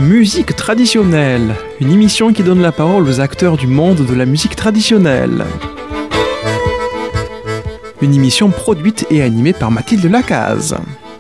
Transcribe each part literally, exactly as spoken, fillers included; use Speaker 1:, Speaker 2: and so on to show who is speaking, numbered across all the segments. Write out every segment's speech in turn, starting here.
Speaker 1: Musique traditionnelle, une émission qui donne la parole aux acteurs du monde de la musique traditionnelle. Une émission produite et animée par Mathilde Lacaze.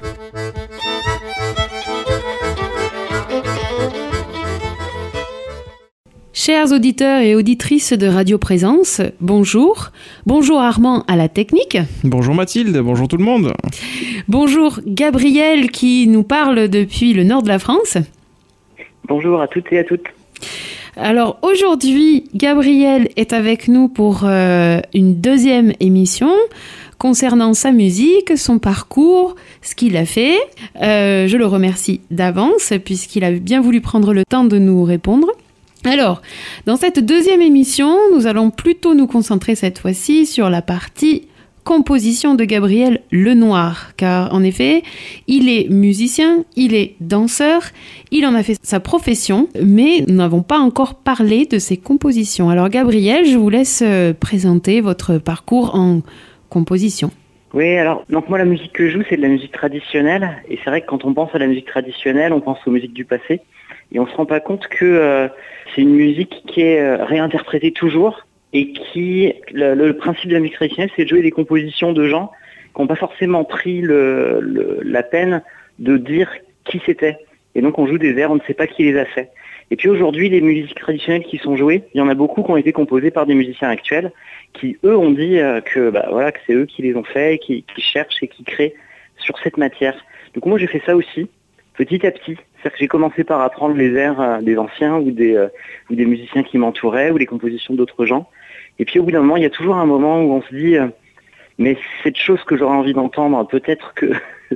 Speaker 2: Chers auditeurs et auditrices de Radio Présence, bonjour. Bonjour Armand à la technique.
Speaker 1: Bonjour Mathilde, bonjour tout le monde.
Speaker 2: Bonjour Gabriel qui nous parle depuis le nord de la France.
Speaker 3: Bonjour à toutes et à toutes.
Speaker 2: Alors aujourd'hui, Gabriel est avec nous pour euh, une deuxième émission concernant sa musique, son parcours, ce qu'il a fait. Euh, je le remercie d'avance puisqu'il a bien voulu prendre le temps de nous répondre. Alors, dans cette deuxième émission, nous allons plutôt nous concentrer cette fois-ci sur la partie composition de Gabriel Lenoir, car en effet, il est musicien, il est danseur, il en a fait sa profession, mais nous n'avons pas encore parlé de ses compositions. Alors Gabriel, je vous laisse présenter votre parcours en composition.
Speaker 3: Oui, alors donc moi la musique que je joue c'est de la musique traditionnelle, et c'est vrai que quand on pense à la musique traditionnelle, on pense aux musiques du passé, et on se rend pas compte que euh, c'est une musique qui est euh, réinterprétée toujours, et qui, le, le principe de la musique traditionnelle, c'est de jouer des compositions de gens qui n'ont pas forcément pris le, le, la peine de dire qui c'était. Et donc on joue des airs, on ne sait pas qui les a faits. Et puis aujourd'hui, les musiques traditionnelles qui sont jouées, il y en a beaucoup qui ont été composées par des musiciens actuels, qui eux ont dit euh, que, bah, voilà, que c'est eux qui les ont faits, et qui, qui cherchent et qui créent sur cette matière. Donc moi j'ai fait ça aussi, petit à petit. C'est-à-dire que j'ai commencé par apprendre les airs euh, des anciens ou des, euh, ou des musiciens qui m'entouraient ou les compositions d'autres gens. Et puis au bout d'un moment, il y a toujours un moment où on se dit euh, mais cette chose que j'aurais envie d'entendre, peut-être que...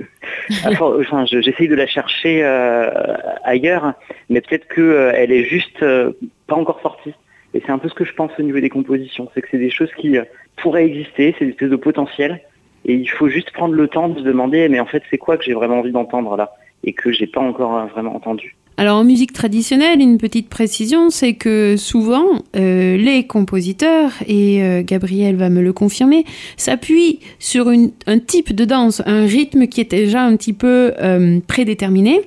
Speaker 3: enfin, je, j'essaye de la chercher euh, ailleurs, mais peut-être qu'elle euh, est juste euh, pas encore sortie. Et c'est un peu ce que je pense au niveau des compositions, c'est que c'est des choses qui euh, pourraient exister, c'est des espèces de potentiel, et il faut juste prendre le temps de se demander mais en fait c'est quoi que j'ai vraiment envie d'entendre là, et que j'ai pas encore euh, vraiment entendu.
Speaker 2: Alors en musique traditionnelle, une petite précision, c'est que souvent euh, les compositeurs, et euh, Gabriel va me le confirmer, s'appuient sur une, un type de danse, un rythme qui est déjà un petit peu euh, prédéterminé,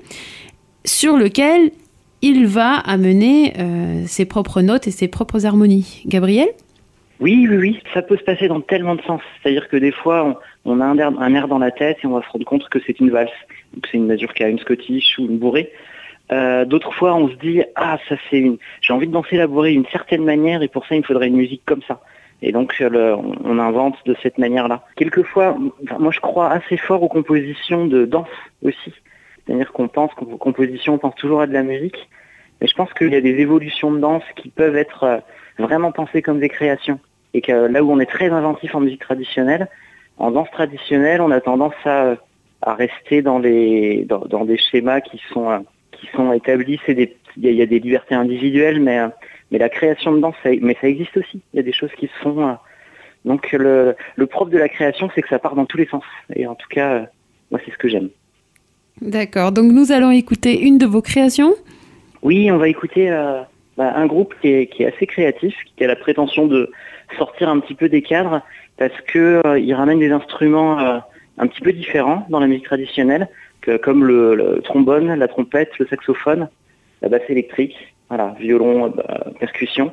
Speaker 2: sur lequel il va amener euh, ses propres notes et ses propres harmonies. Gabriel ?
Speaker 3: Oui, oui, oui, ça peut se passer dans tellement de sens. C'est-à-dire que des fois, on, on a un air, un air dans la tête et on va se rendre compte que c'est une valse, donc c'est une mazurka, une scottish ou une bourrée. Euh, d'autres fois, on se dit « Ah, ça c'est une... j'ai envie de danser la bourrée d'une certaine manière et pour ça, il me faudrait une musique comme ça. » Et donc, le, on, on invente de cette manière-là. Quelquefois, enfin, moi je crois assez fort aux compositions de danse aussi. C'est-à-dire qu'on pense qu'aux compositions, on pense toujours à de la musique. Mais je pense qu'il y a des évolutions de danse qui peuvent être euh, vraiment pensées comme des créations. Et que là où on est très inventif en musique traditionnelle, en danse traditionnelle, on a tendance à, à rester dans, les, dans, dans des schémas qui sont... Euh, qui sont établis, c'est des, il y, y a des libertés individuelles, mais, mais la création de danse, ça, mais ça existe aussi. Il y a des choses qui se font. Donc le, le propre de la création, c'est que ça part dans tous les sens. Et en tout cas, moi, c'est ce que j'aime.
Speaker 2: D'accord. Donc nous allons écouter une de vos créations ?
Speaker 3: Oui, on va écouter euh, bah, un groupe qui est, qui est assez créatif, qui a la prétention de sortir un petit peu des cadres, parce que euh, il ramène des instruments euh, un petit peu différents dans la musique traditionnelle, comme le, le trombone, la trompette, le saxophone, la basse électrique, voilà, violon, bah, percussion.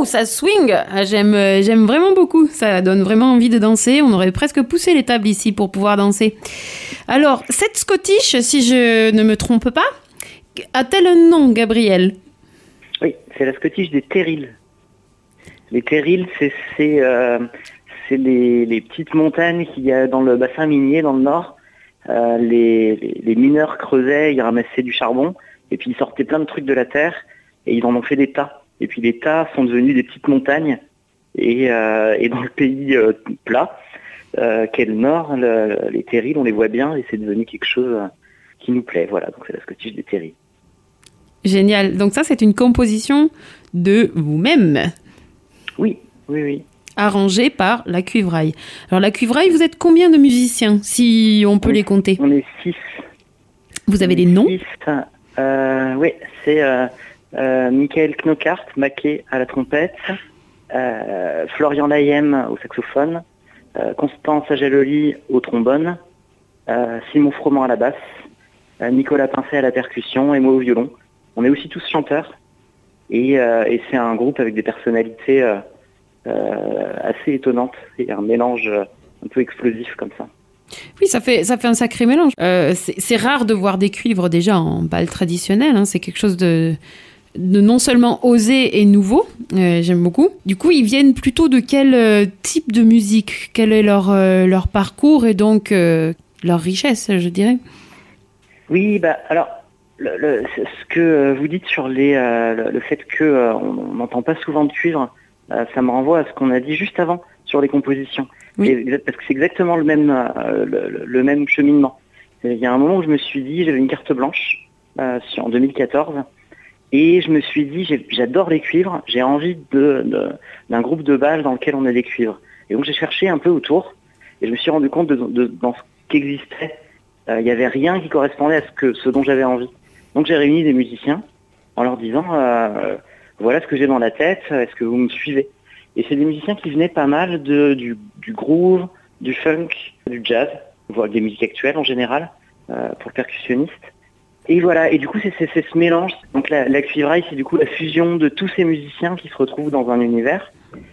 Speaker 2: ça swing. J'aime, j'aime vraiment beaucoup. Ça donne vraiment envie de danser. On aurait presque poussé les tables ici pour pouvoir danser. Alors, cette Scottish, si je ne me trompe pas, a-t-elle un nom, Gabriel ?
Speaker 3: Oui, c'est la Scottish des terrils. Les terrils, c'est, c'est, euh, c'est les, les petites montagnes qu'il y a dans le bassin minier dans le nord. Euh, les, les, les mineurs creusaient, ils ramassaient du charbon, et puis ils sortaient plein de trucs de la terre, et ils en ont fait des tas. Et puis les tas sont devenus des petites montagnes, et, euh, et dans le pays euh, plat, euh, qu'est le nord, le, les terrils, on les voit bien, et c'est devenu quelque chose euh, qui nous plaît. Voilà, donc c'est la Scottish des terrils.
Speaker 2: Génial. Donc ça, c'est une composition de vous-même.
Speaker 3: Oui, oui, oui.
Speaker 2: Arrangée par la Cuivraille. Alors la Cuivraille, vous êtes combien de musiciens, si on peut
Speaker 3: on,
Speaker 2: les compter ?
Speaker 3: On est six.
Speaker 2: Vous avez des noms ?
Speaker 3: Six. Euh, oui, c'est euh, euh, Michael Knockhart, maquet à la trompette, euh, Florian Layem au saxophone, euh, Constance Ageloli au trombone, euh, Simon Froment à la basse, euh, Nicolas Pincet à la percussion et moi au violon. On est aussi tous chanteurs et, euh, et c'est un groupe avec des personnalités euh, euh, assez étonnantes et un mélange un peu explosif comme ça.
Speaker 2: Oui, ça fait, ça fait un sacré mélange. Euh, c'est, c'est rare de voir des cuivres déjà en bal traditionnel. Hein. C'est quelque chose de, de non seulement osé et nouveau. Euh, j'aime beaucoup. Du coup, ils viennent plutôt de quel euh, type de musique ? Quel est leur, euh, leur parcours et donc euh, leur richesse, je dirais ?
Speaker 3: Oui, bah alors, le, le, ce que vous dites sur les, euh, le, le fait qu'on euh, n'entend pas souvent de cuivre, euh, ça me renvoie à ce qu'on a dit juste avant sur les compositions.
Speaker 2: Oui.
Speaker 3: Et, parce que c'est exactement le même, euh, le, le même cheminement. Il y a un moment où je me suis dit, j'avais une carte blanche euh, sur, en deux mille quatorze, et je me suis dit, j'ai, j'adore les cuivres, j'ai envie de, de, d'un groupe de bal dans lequel on a des cuivres. Et donc j'ai cherché un peu autour, et je me suis rendu compte de, de, dans ce qui existait, il n'y avait rien qui correspondait à ce, que, ce dont j'avais envie. Donc j'ai réuni des musiciens en leur disant, euh, voilà ce que j'ai dans la tête, est-ce que vous me suivez ? Et c'est des musiciens qui venaient pas mal de, du, du groove, du funk, du jazz, voire des musiques actuelles en général, euh, pour le percussionniste. Et voilà, et du coup c'est, c'est, c'est ce mélange. Donc la, la cuivraille, c'est du coup la fusion de tous ces musiciens qui se retrouvent dans un univers.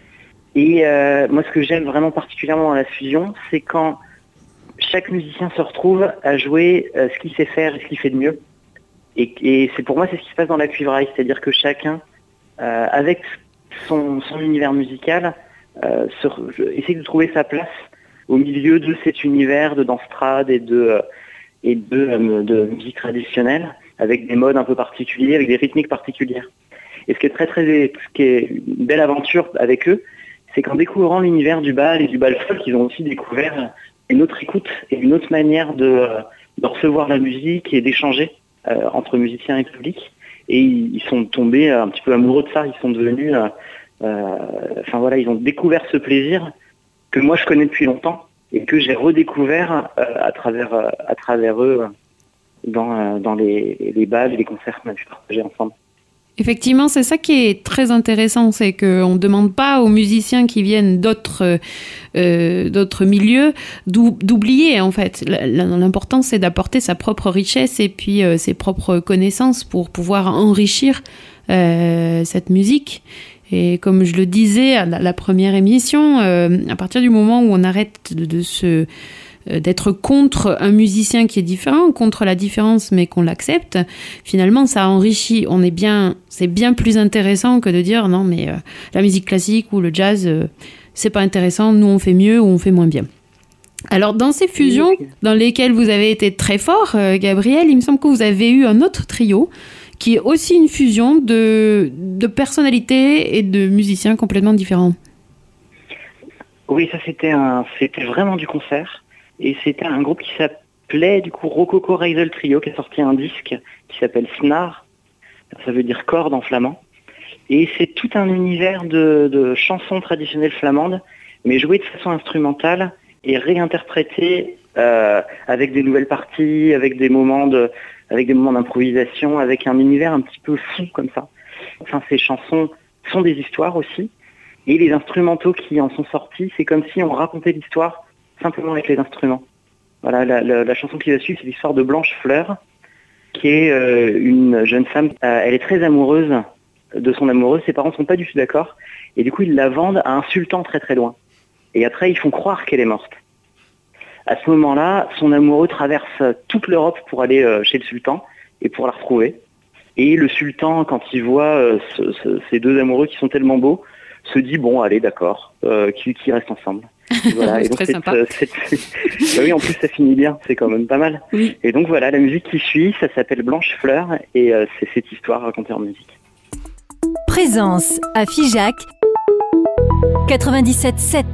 Speaker 3: Et euh, moi ce que j'aime vraiment particulièrement dans la fusion, c'est quand chaque musicien se retrouve à jouer euh, ce qu'il sait faire et ce qu'il fait de mieux. Et, et c'est pour moi c'est ce qui se passe dans la cuivraille, c'est-à-dire que chacun, euh, avec son, son univers musical, euh, se, essaie de trouver sa place au milieu de cet univers de danse trad et de, euh, et de, euh, de musique traditionnelle, avec des modes un peu particuliers, avec des rythmiques particulières. Et ce qui est très très, ce qui est une belle aventure avec eux, c'est qu'en découvrant l'univers du bal et du bal folk, ils ont aussi découvert une autre écoute et une autre manière de, de recevoir la musique et d'échanger euh, entre musiciens et public. Et ils, ils sont tombés un petit peu amoureux de ça. Ils sont devenus, euh, euh, enfin voilà, ils ont découvert ce plaisir que moi je connais depuis longtemps et que j'ai redécouvert euh, à travers euh, à travers eux dans euh, dans les les bals et les concerts qu'on a pu partager ensemble.
Speaker 2: Effectivement, c'est ça qui est très intéressant, c'est qu'on ne demande pas aux musiciens qui viennent d'autres, euh, d'autres milieux d'oublier, en fait. L'important, c'est d'apporter sa propre richesse et puis euh, ses propres connaissances pour pouvoir enrichir euh, cette musique. Et comme je le disais à la première émission, euh, à partir du moment où on arrête de, de se... d'être contre un musicien qui est différent, contre la différence, mais qu'on l'accepte, finalement, ça enrichit. On est bien, c'est bien plus intéressant que de dire non, mais euh, la musique classique ou le jazz, euh, c'est pas intéressant, nous on fait mieux ou on fait moins bien. Alors, dans ces fusions dans lesquelles vous avez été très fort, euh, Gabriel, il me semble que vous avez eu un autre trio qui est aussi une fusion de, de personnalités et de musiciens complètement différents.
Speaker 3: Oui, ça c'était, un, c'était vraiment du concert. Et c'était un groupe qui s'appelait du coup Rococo Reisel Trio, qui a sorti un disque qui s'appelle Snar, ça veut dire corde en flamand. Et c'est tout un univers de, de chansons traditionnelles flamandes, mais jouées de façon instrumentale et réinterprétées euh, avec des nouvelles parties, avec des moments de, avec des moments d'improvisation, avec un univers un petit peu fou comme ça. Enfin, ces chansons sont des histoires aussi, et les instrumentaux qui en sont sortis, c'est comme si on racontait l'histoire simplement avec les instruments. Voilà, la, la, la chanson qui va suivre, c'est l'histoire de Blanche Fleur, qui est euh, une jeune femme. Euh, elle est très amoureuse de son amoureux. Ses parents ne sont pas du tout d'accord. Et du coup, ils la vendent à un sultan très très loin. Et après, ils font croire qu'elle est morte. À ce moment-là, son amoureux traverse toute l'Europe pour aller euh, chez le sultan et pour la retrouver. Et le sultan, quand il voit euh, ce, ce, ces deux amoureux qui sont tellement beaux, se dit bon, allez, d'accord, euh, qu'ils qui restent ensemble. Et voilà.
Speaker 2: C'est
Speaker 3: et donc,
Speaker 2: très
Speaker 3: cette,
Speaker 2: sympa.
Speaker 3: euh, cette... bah oui, en plus, ça finit bien, c'est quand même pas mal.
Speaker 2: Oui.
Speaker 3: Et donc voilà, la musique qui suit, ça s'appelle Blanche Fleur et euh, c'est cette histoire racontée en musique.
Speaker 4: Présence à Figeac quatre-vingt-dix-sept sept.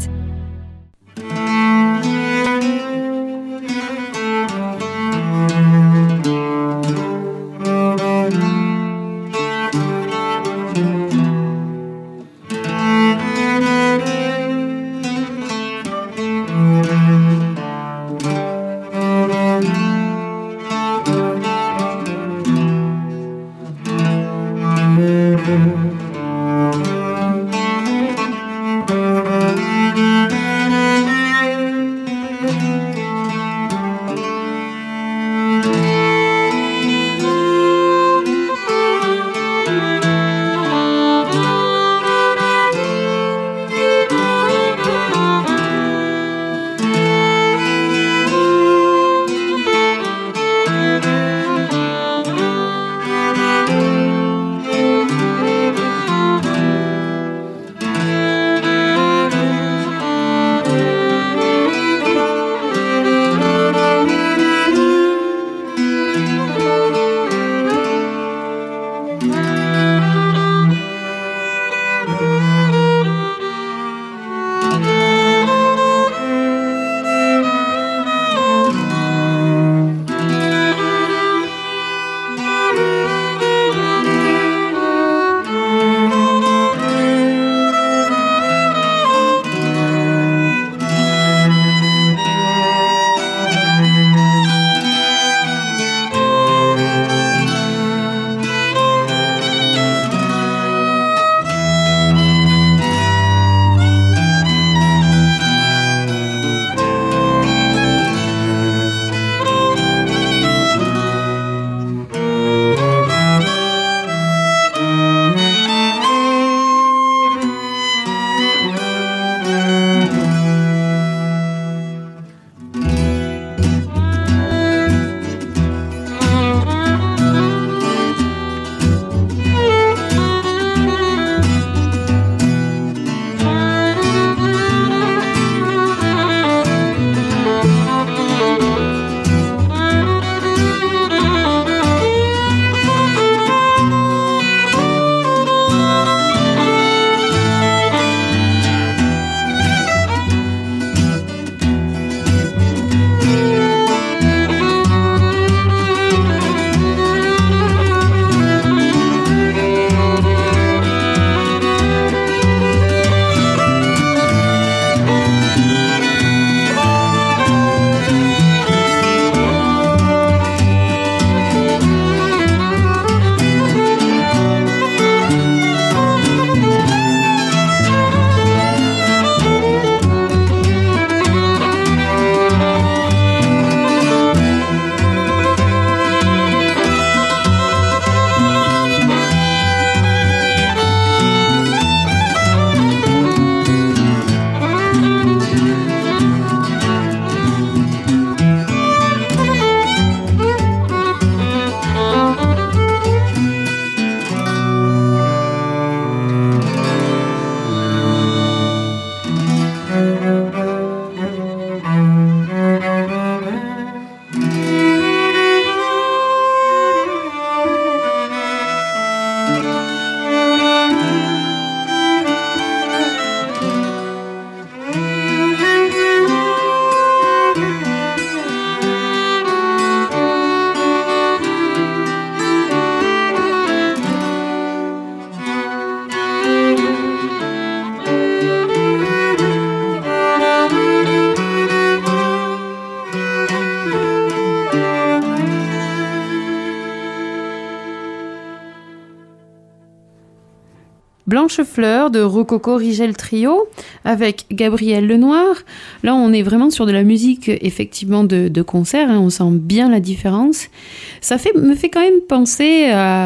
Speaker 2: Blanche Fleur de Rococo Rigel Trio avec Gabriel Lenoir. Là, on est vraiment sur de la musique effectivement de, de concert, hein, on sent bien la différence. Ça fait, me fait quand même penser à,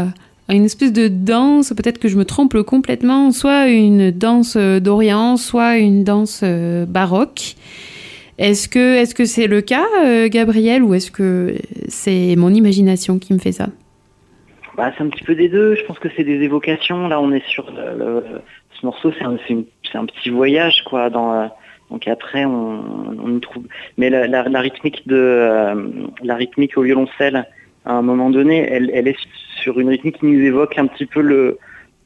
Speaker 2: à une espèce de danse, peut-être que je me trompe complètement, soit une danse d'Orient, soit une danse euh, baroque. Est-ce que, est-ce que c'est le cas, euh, Gabriel, ou est-ce que c'est mon imagination qui me fait ça?
Speaker 3: Bah, c'est un petit peu des deux. Je pense que c'est des évocations. Là, on est sur le, le- ce morceau, c'est un, c'est une- c'est un petit voyage, quoi. Dans, euh, donc après, on, on y trouve. Mais la, la- la rythmique de euh, la rythmique au violoncelle, à un moment donné, elle, elle est sur une rythmique qui nous évoque un petit peu le,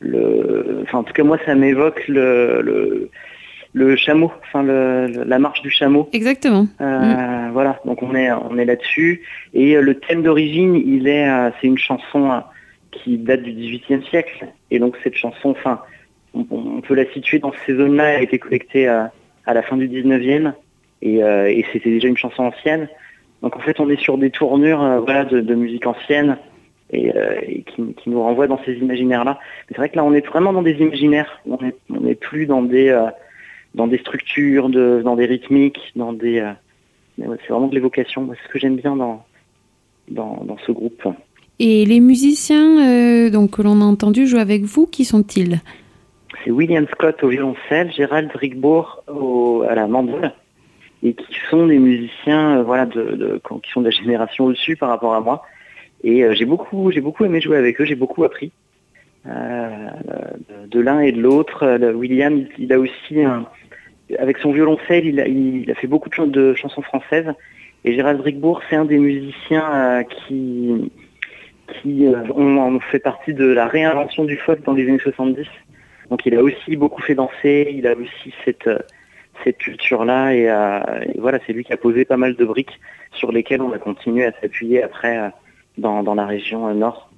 Speaker 3: le. Enfin, en tout cas, moi, ça m'évoque le, le, le chameau. Enfin, le, le- la marche du chameau.
Speaker 2: Exactement.
Speaker 3: Euh, Voilà, donc on est on est là-dessus. Et euh, le thème d'origine, il est euh, c'est une chanson euh, qui date du dix-huitième siècle. Et donc cette chanson, enfin, on, on peut la situer dans ces zones-là. Elle a été collectée à, à la fin du dix-neuvième et, euh, et c'était déjà une chanson ancienne. Donc en fait, on est sur des tournures euh, voilà de, de musique ancienne et, euh, et qui, qui nous renvoient dans ces imaginaires-là. Mais c'est vrai que là, on est vraiment dans des imaginaires. On est on n'est plus dans des euh, dans des structures, de, dans des rythmiques, dans des euh, mais ouais, c'est vraiment de l'évocation. Moi, c'est ce que j'aime bien dans, dans, dans ce groupe.
Speaker 2: Et les musiciens euh, donc, que l'on a entendu jouer avec vous, qui sont-ils?
Speaker 3: C'est William Scott au violoncelle, Gérald Rigbourg au, à la mandole, et qui sont des musiciens euh, voilà, de, de, qui sont de la génération au-dessus par rapport à moi. Et euh, j'ai beaucoup, j'ai beaucoup aimé jouer avec eux, j'ai beaucoup appris euh, de, de l'un et de l'autre. Euh, William, il, il a aussi, un, avec son violoncelle, il a, il a fait beaucoup de, ch- de chansons françaises. Et Gérald Rigbourg, c'est un des musiciens euh, qui, qui euh, ont, ont fait partie de la réinvention du folk dans les années soixante-dix. Donc il a aussi beaucoup fait danser, il a aussi cette, euh, cette culture-là. Et, euh, et voilà, c'est lui qui a posé pas mal de briques sur lesquelles on a continué à s'appuyer après euh, dans, dans la région euh, nord.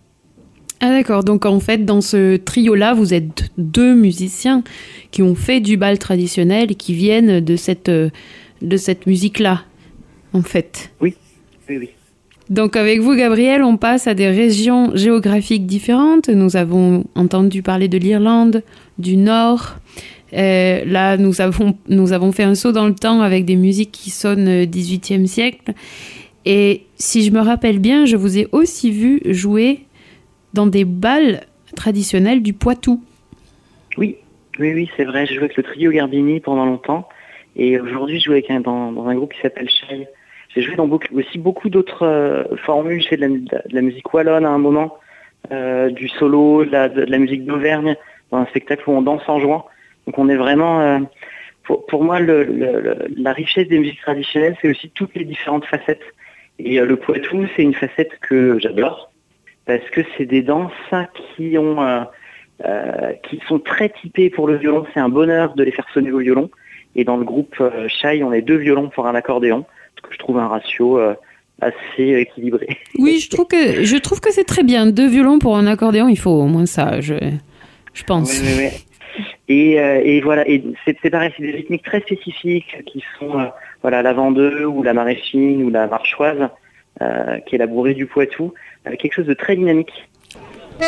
Speaker 2: Ah d'accord, donc en fait dans ce trio-là, vous êtes deux musiciens qui ont fait du bal traditionnel et qui viennent de cette, euh, de cette musique-là, en fait.
Speaker 3: Oui, oui, oui.
Speaker 2: Donc avec vous, Gabriel, on passe à des régions géographiques différentes. Nous avons entendu parler de l'Irlande, du Nord. Euh, là, nous avons, nous avons fait un saut dans le temps avec des musiques qui sonnent dix-huitième siècle. Et si je me rappelle bien, je vous ai aussi vu jouer dans des bals traditionnels du Poitou.
Speaker 3: Oui, oui, oui, c'est vrai. J'ai joué avec le trio Garbini pendant longtemps. Et aujourd'hui, je joue avec un, dans, dans un groupe qui s'appelle Chai. J'ai joué dans beaucoup, aussi beaucoup d'autres euh, formules. J'ai fait de la, de la musique wallonne à un moment, euh, du solo, de la, de la musique d'Auvergne, dans un spectacle où on danse en jouant. Donc on est vraiment... Euh, pour, pour moi, le, le, le, la richesse des musiques traditionnelles, c'est aussi toutes les différentes facettes. Et euh, le Poitou, c'est une facette que j'adore, parce que c'est des danses qui ont... Euh, euh, qui sont très typées pour le violon. C'est un bonheur de les faire sonner au violon. Et dans le groupe euh, Chai, on est deux violons pour un accordéon. Que je trouve un ratio euh, assez équilibré.
Speaker 2: Oui, je trouve que je trouve que c'est très bien. Deux violons pour un accordéon, il faut au moins ça, je, je pense.
Speaker 3: Oui, oui, oui. Et, euh, et voilà, et c'est, c'est pareil, c'est des rythmiques très spécifiques qui sont euh, voilà, la vendeuse ou la maraîchine ou la marchoise, euh, qui est la bourrée du Poitou, avec quelque chose de très dynamique.
Speaker 5: Ah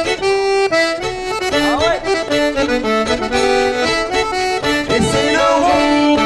Speaker 5: ouais. Et c'est l'euro.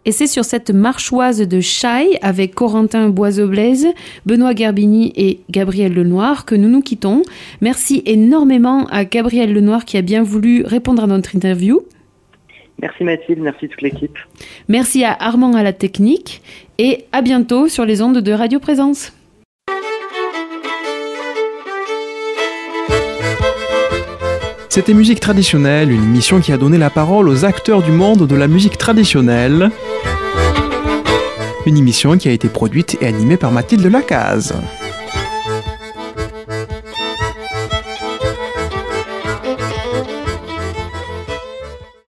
Speaker 2: Et c'est sur cette marchoise de Chai avec Corentin Boiseau-Blaise, Benoît Gerbini et Gabriel Lenoir que nous nous quittons. Merci énormément à Gabriel Lenoir qui a bien voulu répondre à notre interview.
Speaker 3: Merci Mathilde, merci toute l'équipe.
Speaker 2: Merci à Armand à la technique et à bientôt sur les ondes de Radio Présence.
Speaker 1: C'était Musique traditionnelle, une émission qui a donné la parole aux acteurs du monde de la musique traditionnelle. Une émission qui a été produite et animée par Mathilde Lacaze.